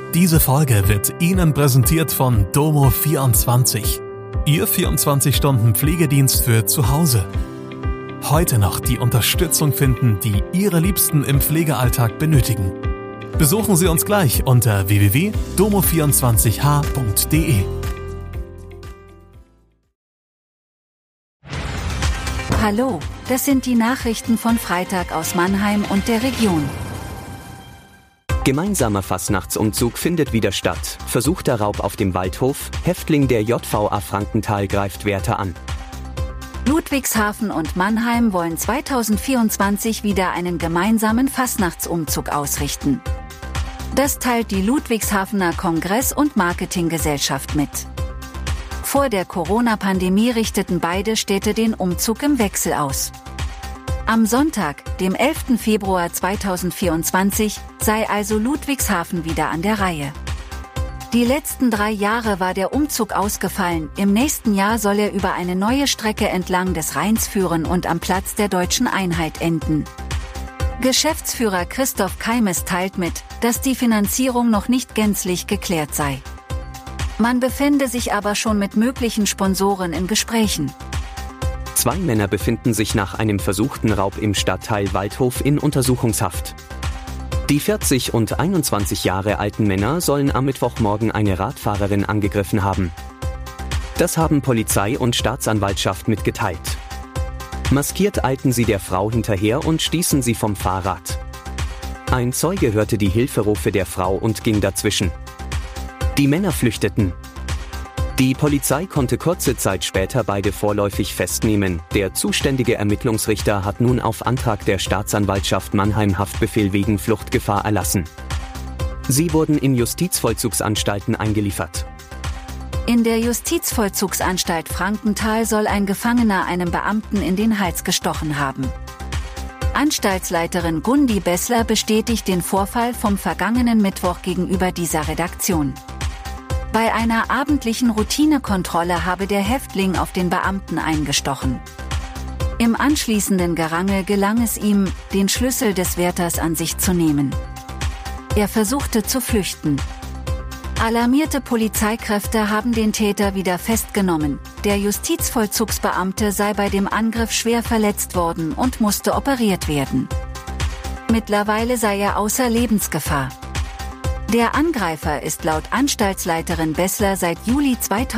Diese Folge wird Ihnen präsentiert von Domo24. Ihr 24-Stunden-Pflegedienst für zu Hause. Heute noch die Unterstützung finden, die Ihre Liebsten im Pflegealltag benötigen. Besuchen Sie uns gleich unter www.domo24h.de. Hallo, das sind die Nachrichten von Freitag aus Mannheim und der Region. Gemeinsamer Fastnachtsumzug findet wieder statt. Versuchter Raub auf dem Waldhof. Häftling der JVA Frankenthal greift Wärter an. Ludwigshafen und Mannheim wollen 2024 wieder einen gemeinsamen Fastnachtsumzug ausrichten. Das teilt die Ludwigshafener Kongress- und Marketinggesellschaft mit. Vor der Corona-Pandemie richteten beide Städte den Umzug im Wechsel aus. Am Sonntag, dem 11. Februar 2024, sei also Ludwigshafen wieder an der Reihe. Die letzten 3 Jahre war der Umzug ausgefallen, im nächsten Jahr soll er über eine neue Strecke entlang des Rheins führen und am Platz der Deutschen Einheit enden. Geschäftsführer Christoph Keimes teilt mit, dass die Finanzierung noch nicht gänzlich geklärt sei. Man befände sich aber schon mit möglichen Sponsoren in Gesprächen. 2 Männer befinden sich nach einem versuchten Raub im Stadtteil Waldhof in Untersuchungshaft. Die 40 und 21 Jahre alten Männer sollen am Mittwochmorgen eine Radfahrerin angegriffen haben. Das haben Polizei und Staatsanwaltschaft mitgeteilt. Maskiert eilten sie der Frau hinterher und stießen sie vom Fahrrad. Ein Zeuge hörte die Hilferufe der Frau und ging dazwischen. Die Männer flüchteten. Die Polizei konnte kurze Zeit später beide vorläufig festnehmen. Der zuständige Ermittlungsrichter hat nun auf Antrag der Staatsanwaltschaft Mannheim Haftbefehl wegen Fluchtgefahr erlassen. Sie wurden in Justizvollzugsanstalten eingeliefert. In der Justizvollzugsanstalt Frankenthal soll ein Gefangener einem Beamten in den Hals gestochen haben. Anstaltsleiterin Gundi Bessler bestätigt den Vorfall vom vergangenen Mittwoch gegenüber dieser Redaktion. Bei einer abendlichen Routinekontrolle habe der Häftling auf den Beamten eingestochen. Im anschließenden Gerangel gelang es ihm, den Schlüssel des Wärters an sich zu nehmen. Er versuchte zu flüchten. Alarmierte Polizeikräfte haben den Täter wieder festgenommen. Der Justizvollzugsbeamte sei bei dem Angriff schwer verletzt worden und musste operiert werden. Mittlerweile sei er außer Lebensgefahr. Der Angreifer ist laut Anstaltsleiterin Bessler seit Juli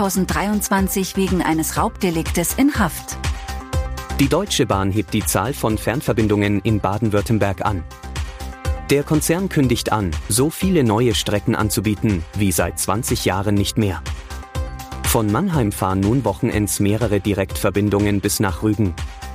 2023 wegen eines Raubdeliktes in Haft. Die Deutsche Bahn hebt die Zahl von Fernverbindungen in Baden-Württemberg an. Der Konzern kündigt an, so viele neue Strecken anzubieten wie seit 20 Jahren nicht mehr. Von Mannheim fahren nun wochenends mehrere Direktverbindungen bis nach Rügen.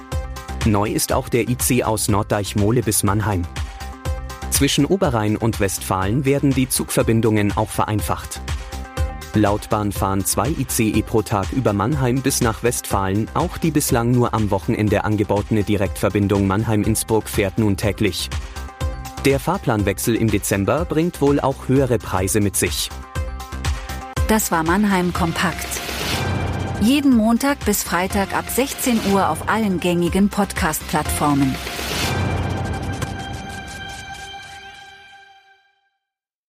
Neu ist auch der IC aus Norddeich-Mole bis Mannheim. Zwischen Oberrhein und Westfalen werden die Zugverbindungen auch vereinfacht. Laut Bahn fahren 2 ICE pro Tag über Mannheim bis nach Westfalen, auch die bislang nur am Wochenende angebotene Direktverbindung Mannheim-Innsbruck fährt nun täglich. Der Fahrplanwechsel im Dezember bringt wohl auch höhere Preise mit sich. Das war Mannheim Kompakt. Jeden Montag bis Freitag ab 16 Uhr auf allen gängigen Podcast-Plattformen.